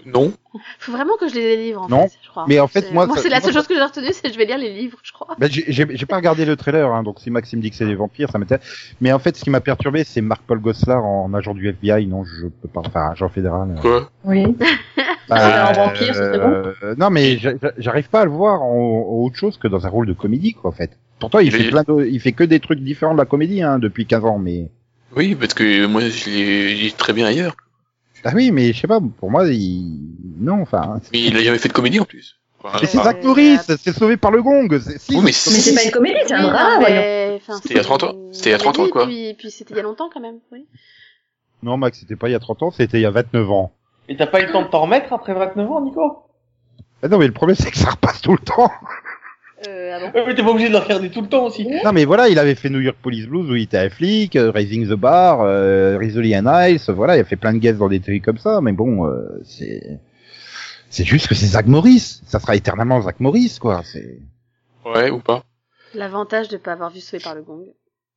Non. Faut vraiment que je lise les livres, en Non, fait, je crois. mais en fait, C'est- moi, moi ça- c'est la moi, seule ça- chose que j'ai retenue, c'est que je vais lire les livres, je crois. Ben, j'ai, j'ai j'ai pas regardé le trailer, hein, donc si Maxime dit que c'est des vampires, ça m'intéresse. Mais en fait, ce qui m'a perturbé, c'est Mark-Paul Gosselaar en agent du F B I. Non, je peux pas. Enfin, agent fédéral. euh. Quoi? Oui. Bah, en vampire, ce serait bon. euh, non, mais j'a- j'a- j'arrive pas à le voir en, en autre chose que dans un rôle de comédie, quoi, en fait. Pourtant, il Mais- fait plein de, il fait que des trucs différents de la comédie, hein, depuis quinze ans, mais. Oui, parce que moi, je l'ai je l'ai très bien ailleurs. Ah oui, mais je sais pas, pour moi, il, non, enfin. Mais il a jamais fait de comédie en plus. Enfin, Mais c'est Euh, Zach Morris, c'est sauvé par le gong. C'est, si, Oui, mais Mais c'est pas une comédie, c'est un Oui, drame, non, voyons. mais, enfin, C'était il y a trente ans. C'était il y a trente ans, quoi. Puis, puis c'était il y a longtemps, quand même, oui. Non, Max, c'était pas il y a trente ans, c'était il y a vingt-neuf ans. Et t'as pas eu le temps de t'en remettre après vingt-neuf ans, Nico? Ah non, mais le problème, c'est que ça repasse tout le temps. Euh, ah bon? Ouais, mais t'es pas obligé de le regarder tout le temps aussi. Non, mais voilà, il avait fait New York Police Blues où il était un flic, euh, Raising the Bar, euh, Rizzoli and Ice, voilà, il a fait plein de guests dans des séries comme ça, mais bon, euh, c'est, c'est juste que c'est Zach Morris. Ça sera éternellement Zach Morris, quoi, c'est... Ouais, ou pas. L'avantage de pas avoir vu Sauvé par le gong.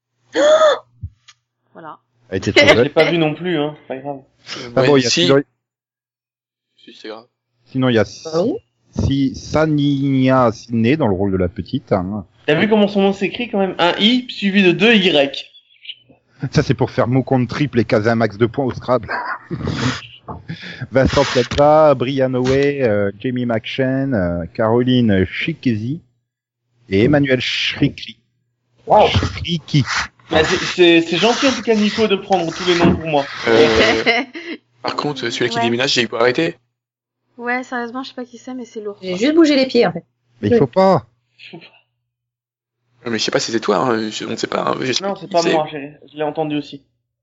Voilà. A été trop Je jeune. l'ai pas vu non plus, hein. C'est pas grave. Ah Ouais, bon, il y a si. sinon, Si, c'est grave. sinon, il y a Ah oui si, Sania Sidney dans le rôle de la petite, hein. T'as vu comment son nom s'écrit quand même? Un I suivi de deux Y. Ça, c'est pour faire mot compte triple et caser un max de points au Scrabble. Vincent Piazza, Brian Howe, euh, Jamie McShane, euh, Caroline Chikezi et Emmanuel Shriki. Waouh. Shriki. Bah, c'est- c'est c'est gentil en tout cas, Nico, de prendre tous les noms pour moi. Euh, par contre, celui qui Ouais. déménage, j'ai pas arrêté. Ouais, sérieusement, je sais pas qui c'est, mais c'est lourd. J'ai juste bougé les pieds, en fait. Mais il faut pas. Mais je sais pas si c'est toi, hein. je- on ne sait pas. Hein. Je- Non, c'est pas c'est- moi, chérie. Je l'ai entendu aussi.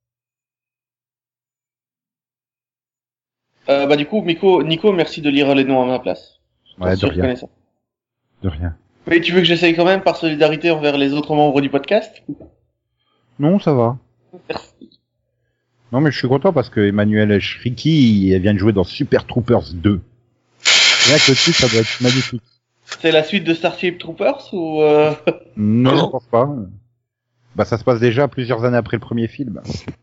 Euh, bah du coup, Nico, Nico, merci de lire les noms à ma place. Ouais, de Sûr, je rien. connais ça. De rien. Mais tu veux que j'essaye quand même par solidarité envers les autres membres du podcast? Non, ça va. Merci. Non, mais je suis content parce que Emmanuel Shriki, elle vient de jouer dans Super Troopers deux. Rien que le titre, ça doit être magnifique. C'est la suite de Starship Troopers ou euh... Non, Non. je pense pas. Bah, ça se passe déjà plusieurs années après le premier film.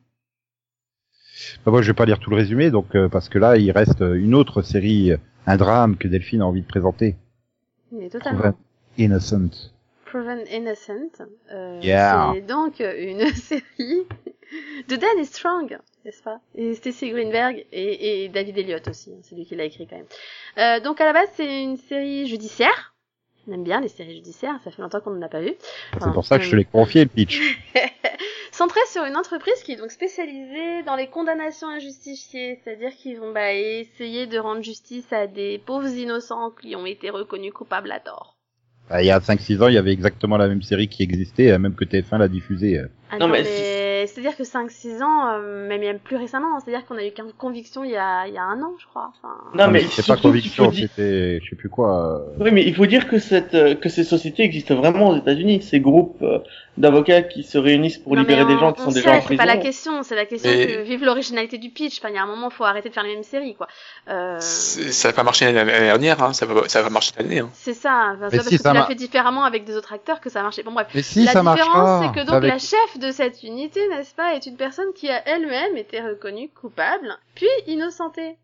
Bah, moi, je vais pas lire tout le résumé, donc, euh, parce que là, il reste une autre série, un drame que Delphine a envie de présenter. Mais totalement. Proven Innocent. Proven Innocent. Euh, Yeah. C'est donc une série de Danny Strong, n'est-ce pas? Et Stacy Greenberg et, et David Elliott aussi, hein, c'est lui qui l'a écrit quand même. Euh, donc à la base, c'est une série judiciaire. On aime bien les séries judiciaires, ça fait longtemps qu'on n'en a pas vu. C'est pour ça que je te l'ai confié, le pitch. Centré sur une entreprise qui est donc spécialisée dans les condamnations injustifiées, c'est-à-dire qu'ils vont bah, essayer de rendre justice à des pauvres innocents qui ont été reconnus coupables à tort. Bah, il y a cinq six ans, il y avait exactement la même série qui existait, euh, même que T F un l'a diffusée. euh. Ah Non, non, mais mais, c'est-à-dire que cinq six ans, euh, même, même plus récemment, c'est-à-dire qu'on a eu qu'une conviction il y a, il y a un an, je crois. Enfin... Non, mais c'était pas surtout qu'il faut conviction, dire- c'était, je sais plus quoi. euh. Oui, mais il faut dire que cette euh, que ces sociétés existent vraiment aux États-Unis. Ces groupes euh, d'avocats qui se réunissent pour Non, libérer mais des gens on- qui on sont sait, déjà en c'est prison. pas la question, c'est la question Mais- que vive l'originalité du pitch. Enfin, il y a un moment, faut arrêter de faire les mêmes séries, quoi. Euh... C'est- Ça va pas marcher l'année dernière, hein. ça, va, ça va marcher cette année. Hein. C'est ça, enfin, Mais c'est pas si, parce que ça tu l'as mar- fait différemment avec des autres acteurs que ça a marché. Bon bref, Mais si, la ça différence marchera. c'est que C'est donc avec- la chef de cette unité, n'est-ce pas, est une personne qui a elle-même été reconnue coupable, puis innocentée.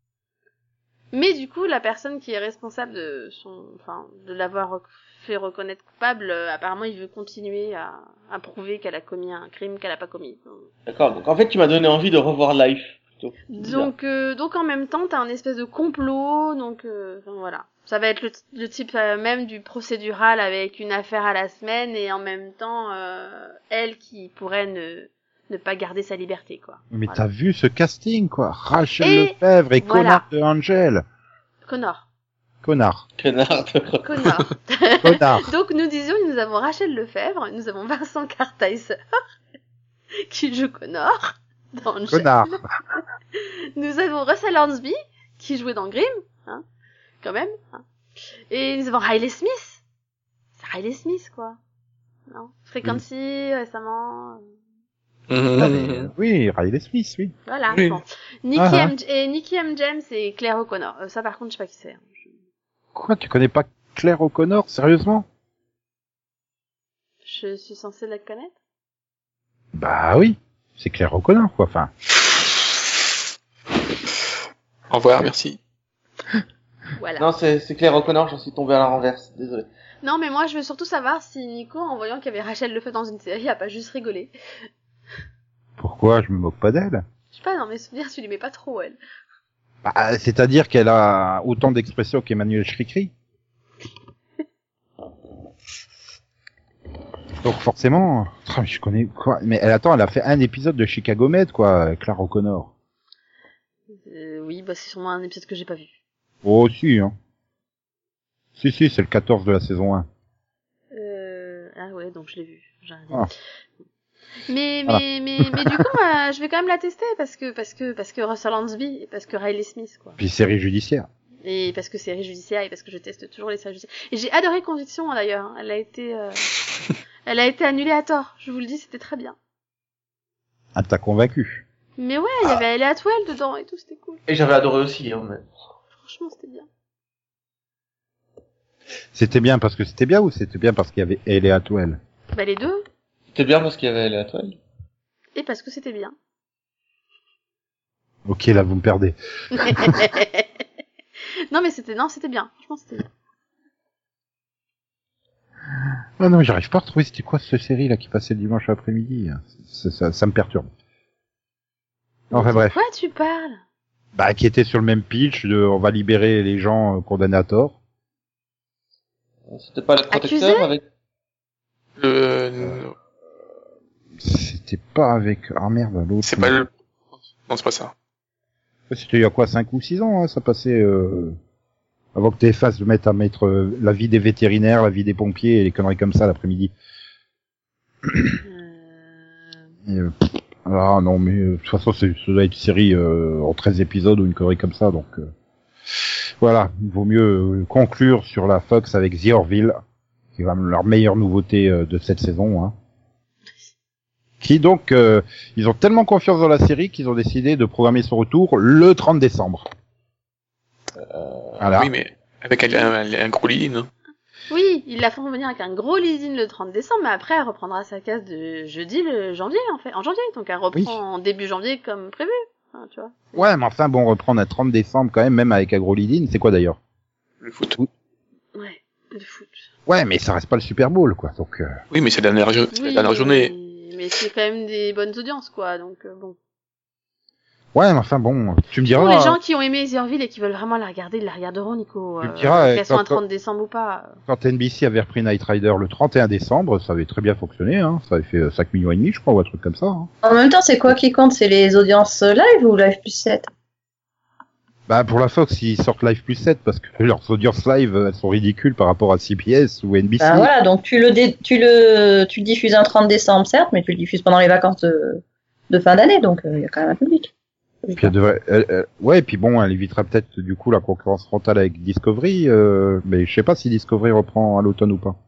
Mais du coup, la personne qui est responsable de son, enfin, de l'avoir rec- fait reconnaître coupable, euh, apparemment, il veut continuer à, à prouver qu'elle a commis un crime qu'elle a pas commis. D'accord. Donc en fait, tu m'as donné envie de revoir Life. Plutôt. Donc, euh, donc en même temps, t'as un espèce de complot, donc euh, enfin, voilà. Ça va être le, le type euh, même du procédural avec une affaire à la semaine et en même temps, euh, elle qui pourrait ne ne pas garder sa liberté, quoi. Mais Voilà. t'as vu ce casting, quoi. Rachel Et Lefebvre et voilà. Connard de Angel. Connor. Connard. Connard. de- Connor. Connard. Donc nous disions, nous avons Rachel Lefebvre, nous avons Vincent Kartheiser qui joue Connor dans Angel. Connard. Nous avons Russell Hornsby qui jouait dans Grimm, hein, quand même. Hein. Et nous avons Riley Smith. C'est Riley Smith, quoi. Non, Frequency récemment. Ah, mais, euh, oui, Riley Smith, oui. Voilà. Oui. Bon. Nikki, Ah, M. et Nikki M. James et Claire O'Connor. Euh, ça, par contre, je sais pas qui c'est. Quoi, tu connais pas Claire O'Connor, sérieusement? Je suis censée la connaître. Bah oui. C'est Claire O'Connor, quoi, enfin. Au revoir, merci. Voilà. Non, c'est, c'est Claire O'Connor, j'en suis tombé à la renverse, désolé. Non, mais moi, je veux surtout savoir si Nico, en voyant qu'il y avait Rachel Lefeu dans une série, a pas juste rigolé. Pourquoi je me moque pas d'elle? Je sais pas, dans mes souvenirs, tu l'aimais pas trop, elle. Bah, c'est-à-dire qu'elle a autant d'expressions qu'Emmanuel Schricri. Donc forcément, oh, mais je connais quoi. Mais elle attend, elle a fait un épisode de Chicago Med, quoi, Claire O'Connor. Euh, oui, bah c'est sûrement un épisode que j'ai pas vu. Oh si, hein. Si si, c'est le quatorze de la saison un. Euh... Ah ouais, donc je l'ai vu. J'ai rien dit. Ah. Mais Voilà. mais mais mais du coup, euh, je vais quand même la tester parce que parce que parce que Russell Hansby et parce que Riley Smith, quoi. Puis série judiciaire. Et parce que série judiciaire et parce que je teste toujours les séries judiciaires. Et j'ai adoré Conviction hein, d'ailleurs. Elle a été euh... elle a été annulée à tort. Je vous le dis, c'était très bien. Ah, t'as convaincu. Mais ouais, il y avait Ellie Atwell dedans et tout, c'était cool. Et j'avais adoré aussi, hein, mais... Franchement, c'était bien. C'était bien parce que c'était bien ou c'était bien parce qu'il y avait Ellie Atwell? Bah les deux. C'était bien parce qu'il y avait la toile. Et parce que c'était bien. Ok, là vous me perdez. Non mais c'était non, c'était bien. Franchement, c'était bien. Ah non, j'arrive pas à retrouver c'était quoi cette série là qui passait le dimanche après-midi. Ça, ça, ça me perturbe. Enfin De bref. quoi tu parles? Bah qui était sur le même pitch de on va libérer les gens euh, condamnés à tort. C'était pas le protecteur Accusé avec... Le... C'était pas avec ah merde l'autre. C'est pas le... Non, c'est pas ça. C'était il y a quoi cinq ou six ans hein, ça passait euh... avant que T F un se mette à mettre euh, la vie des vétérinaires, la vie des pompiers et les conneries comme ça l'après-midi. Euh... Et, euh, ah non mais euh, de toute façon c'est, ça doit être une série euh, en treize épisodes ou une connerie comme ça donc euh, voilà, il vaut mieux euh, conclure sur la Fox avec The Orville qui est vraiment leur meilleure nouveauté euh, de cette saison hein. Qui donc euh, ils ont tellement confiance dans la série qu'ils ont décidé de programmer son retour le trente décembre. Euh... Voilà. Oui, mais avec un, un, un gros lead, hein. Oui, il la font revenir avec un gros lead-in le trente décembre, mais après elle reprendra sa case de jeudi le janvier en fait, en janvier, donc elle reprend Oui. en début janvier comme prévu, hein, tu vois. Ouais, mais enfin bon, reprendre un trente décembre quand même, même avec un gros lead-in, c'est quoi d'ailleurs? Le foot. Ouais, le foot. Ouais, mais ça reste pas le Super Bowl quoi, donc. Euh... Oui, mais c'est la dernière, jo- c'est Oui, la dernière journée. mais, mais c'est quand même des bonnes audiences quoi, donc euh, bon. Ouais, mais enfin bon, tu me diras. Pour les gens qui ont aimé Zerville et qui veulent vraiment la regarder, ils la regarderont, Nico. Tu me Euh, diras, qu'elle euh, soit un quand- trente décembre ou pas. Quand N B C avait repris Knight Rider le trente et un décembre, ça avait très bien fonctionné, hein. Ça avait fait euh, cinq millions et demi, je crois, ou un truc comme ça. Hein. En même temps, c'est quoi qui compte? C'est les audiences live ou live plus sept? Bah pour la Fox, ils sortent Live plus sept parce que leurs audiences live, elles sont ridicules par rapport à C B S ou N B C. Ben voilà, donc tu le, dé- tu le, tu le diffuses un trente décembre, certes, mais tu le diffuses pendant les vacances de, de fin d'année, donc il y a quand même un public. Puis elle devrait, elle- elle- ouais, et puis bon, elle évitera peut-être du coup la concurrence frontale avec Discovery, euh, mais je sais pas si Discovery reprend à l'automne ou pas.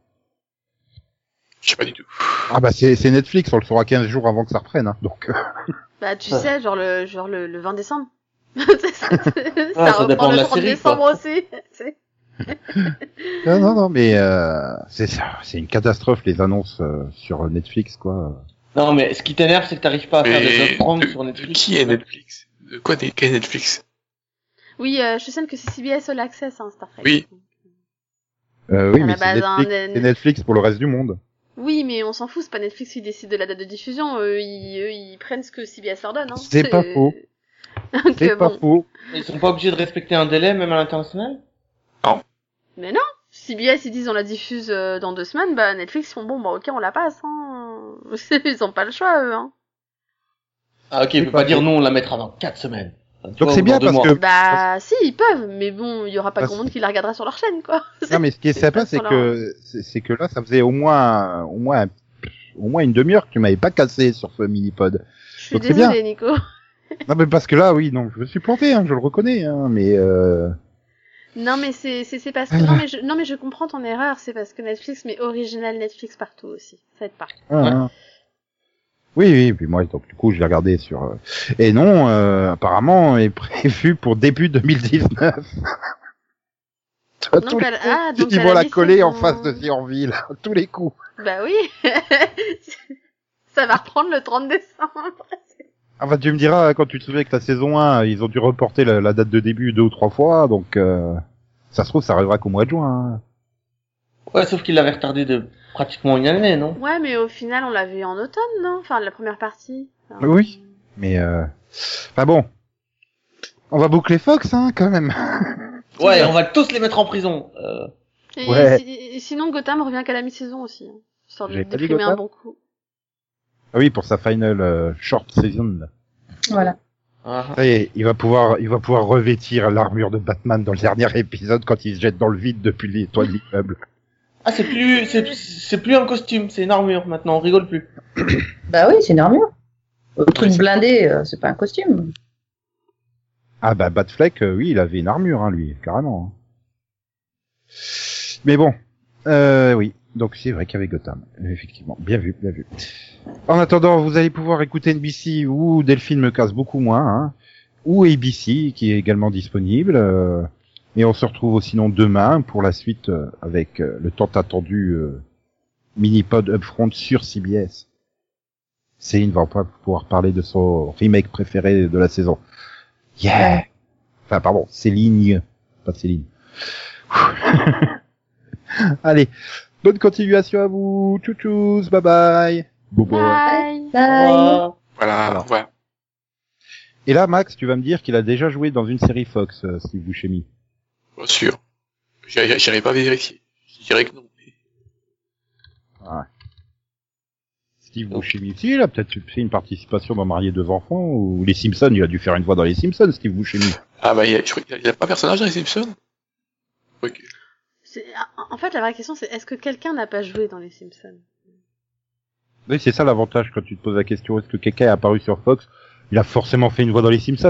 Je sais pas du tout. Ah bah c'est, c'est Netflix, on le saura quinze jours avant que ça reprenne, hein, donc. euh, Bah tu Ouais. sais, genre le genre le, le vingt décembre. ça ça reprend dépend de le la trente série, décembre quoi. aussi. tu sais. Non, non, non, mais euh, c'est ça, c'est une catastrophe les annonces euh, sur Netflix, quoi. Non, mais ce qui t'énerve, c'est que t'arrives pas à faire des Mais upfronts de, sur de Netflix. qui est Netflix? De quoi n'est- qu'est Netflix? Oui, euh, je sais que c'est C B S All Access, hein, Star Trek. Oui. Euh, oui, À mais la c'est base, hein, Netflix, Net- c'est Netflix pour le reste du monde. Oui, mais on s'en fout, c'est pas Netflix qui décide de la date de diffusion, eux, ils, eux, ils prennent ce que C B S leur donne. Hein. C'est pas faux. Donc, C'est euh, pas bon. faux. Ils sont pas obligés de respecter un délai, même à l'international? Mais non, C B S ils disent on la diffuse euh, dans deux semaines, bah Netflix ils font bon bah ok on la passe, hein. Ils ont pas le choix eux, hein. Ah, ok, il peut pas pas dire faux. non, on la mettra dans quatre semaines. Enfin, tu Donc vois, c'est ou bien dans deux parce mois. que- Bah si ils peuvent, mais bon il y aura pas Parce- grand monde qui la regardera sur leur chaîne quoi. Non, mais ce qui est sympa, c'est sur que, c'est, c'est que là, ça faisait au moins, au moins, un- au moins une demi-heure que tu m'avais pas cassé sur ce mini-pod. Je suis Donc c'est désolée Nico. Non, mais parce que là, oui, non, je me suis planté, hein, je le reconnais, hein, mais euh... Non mais c'est c'est c'est parce que non mais je non mais je comprends ton erreur, c'est parce que Netflix met original Netflix partout aussi. Ça aide pas. ah, ah. Oui, oui, puis moi, donc du coup, je l'ai regardé sur. euh, Et non, euh, apparemment, est prévu pour début deux mille dix-neuf. À Donc, tous les elle- coups, ah, donc ils elle vont a la mis coller son- en face de Thionville, à tous les coups. Bah oui. Ça va reprendre le trente décembre. Enfin, tu me diras, quand tu te souviens que la saison un, ils ont dû reporter la, la date de début deux ou trois fois, donc euh, ça se trouve, ça arrivera qu'au mois de juin. Hein. Ouais, sauf qu'il l'avait retardé de pratiquement une année, non? Ouais, mais au final, on l'a vu en automne, non? Enfin, la première partie. Alors, Oui, mais euh... enfin bon, on va boucler Fox, hein, quand même. Ouais, on va tous les mettre en prison. Euh... Et, Ouais. et- et sinon, Gotham revient qu'à la mi-saison aussi. Hein, histoire de J'avais pas dit déprimer un Gotham bon coup. Ah oui, pour sa final euh, short season. Là. Voilà. Ah. Ça y est, il va pouvoir, il va pouvoir revêtir l'armure de Batman dans le dernier épisode quand il se jette dans le vide depuis les toits de l'immeuble. Ah, c'est plus, c'est, c'est plus un costume, c'est une armure maintenant, on rigole plus. Bah oui, c'est une armure. Le truc blindé, euh, c'est pas un costume. Ah bah Batfleck, euh, oui, il avait une armure, hein, lui, carrément. hein. Mais bon, euh, oui. Donc c'est vrai qu'il y avait Gotham, effectivement. Bien vu, bien vu. En attendant, vous allez pouvoir écouter N B C où Delphine me casse beaucoup moins, hein, ou A B C qui est également disponible. Euh, et on se retrouve sinon demain pour la suite euh, avec euh, le tant attendu euh, mini-pod Upfront sur C B S. Céline va pouvoir parler de son remake préféré de la saison. Yeah. Enfin, pardon, Céline, pas Céline. Allez, bonne continuation à vous. Tchou-tchous, bye bye. Bye Bye. Bye. Voilà, voilà. Et là, Max, tu vas me dire qu'il a déjà joué dans une série Fox, euh, Steve Buscemi. Bien sûr. J'irai j'irai pas vérifier. Je dirais que non. Ouais. Steve Buscemi, si, il a peut-être fait une participation dans Marié deux enfants, ou Les Simpsons, il a dû faire une voix dans Les Simpsons, Steve Buscemi. Ah bah, il y a, je crois qu'il y a pas personnage dans les Simpsons. Ok. C'est- En fait, la vraie question, c'est est-ce que quelqu'un n'a pas joué dans les Simpsons? Oui, c'est ça l'avantage quand tu te poses la question, est-ce que quelqu'un est apparu sur Fox? Il a forcément fait une voix dans Les Simpsons.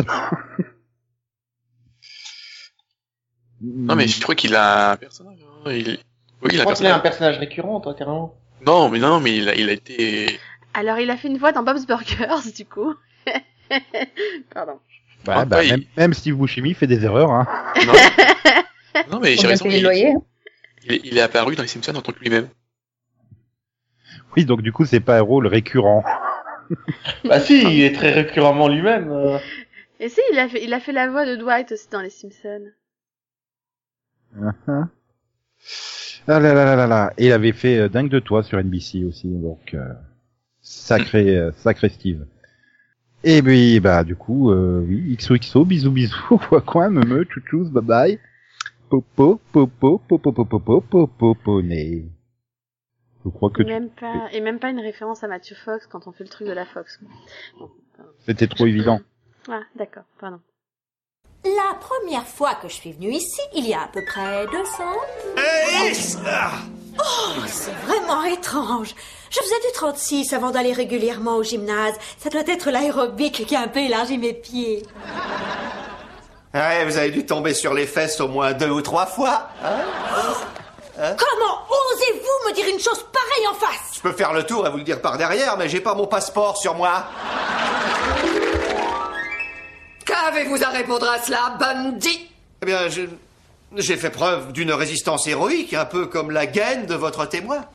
Non mais je crois qu'il a un personnage. Hein. Il... Oui, il Je a un crois qu'il est un personnage. personnage récurrent, toi, carrément. Non, mais non, mais il a, il a été. Alors, il a fait une voix dans Bob's Burgers, du coup. Pardon. Bah, Ah, bah, pas, il- même, même Steve Buscemi fait des erreurs, hein. Non, non mais Faut j'ai bien raison. payer le Il, loyer. hein. il est, il est apparu dans les Simpsons en tant que lui-même. Oui, donc du coup, c'est pas un rôle récurrent. Bah si, il est très récurremment lui-même. euh. Et si, il a fait, il a fait la voix de Dwight aussi dans les Simpsons. Uh-huh. Ah là là là là là. Et il avait fait euh, Dingue de toi sur N B C aussi, donc euh, sacré euh, sacré Steve. Et puis bah du coup euh, oui, X O X O, bisous bisous, quoi quoi, me me, chouchous, bye bye. Popo popo popo popo popo popo né. Je crois que Et tu... même pas, et même pas une référence à Matthew Fox quand on fait le truc de la Fox. Bon, pardon. c'était trop évident. Ah, d'accord, pardon. La première fois que je suis venue ici, il y a à peu près deux ans. Oh, c'est vraiment étrange. Je faisais du trente-six avant d'aller régulièrement au gymnase. Ça doit être l'aérobic qui a un peu élargi mes pieds. Ouais, vous avez dû tomber sur les fesses au moins deux ou trois fois. Hein Comment osez-vous me dire une chose pareille en face? Je peux faire le tour et vous le dire par derrière, mais j'ai pas mon passeport sur moi. Qu'avez-vous à répondre à cela, Bundy? Eh bien, je... j'ai fait preuve d'une résistance héroïque, un peu comme la gaine de votre témoin.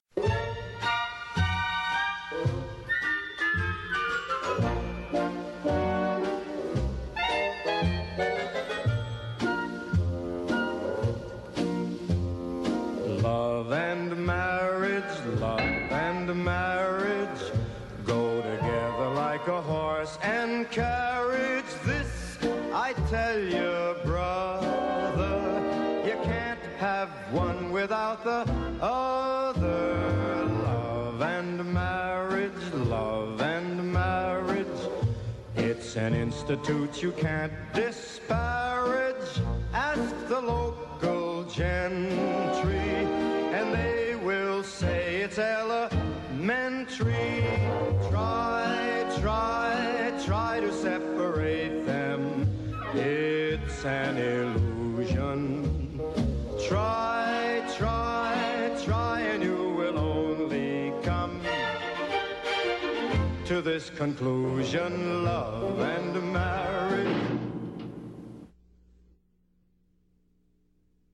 Love and marriage, love and marriage go together like a horse and carriage. This I tell you, brother, you can't have one without the other. Love and marriage, love and marriage, it's an institute you can't disparage. Ask the local gentry, and they will say it's elementary. Try, try, try to separate them. It's an illusion. Try, try, try, and you will only come to this conclusion. Love and marriage